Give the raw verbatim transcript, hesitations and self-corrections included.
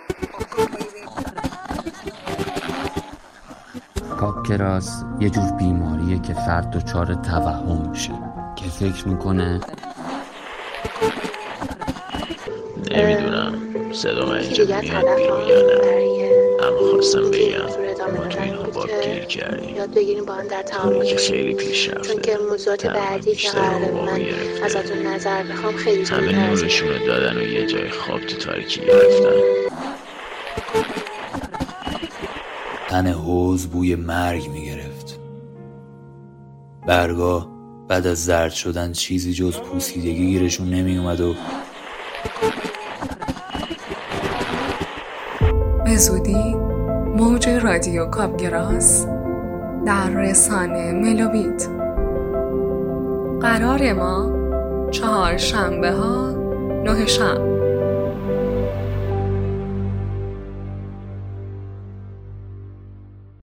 کاپگراس یه جور بیماریه که فرد دچار توهم میشه که فکر میکنه نمیدونم صدا من اینجا میاد بیرون یا نه، اما خواستم بگم ما تو اینها باب گیر کردیم. یاد بگیریم با هم در تعامل که خیلی پیش رفته، چون که موضوعات بعدی که قراره من ازتون نظر بخوام خیلی همه نورشون رو دادن و یه جای خواب تو تاریکی گرفتن. تن حوض بوی مرگ میگرفت. برگا بعد از زرد شدن چیزی جز پوسیدگی گیرشون نمی اومد و به زودی موج رادیو کاپگراس در رسانه ملوبیت. قرار ما چهار شنبه ها نه شب.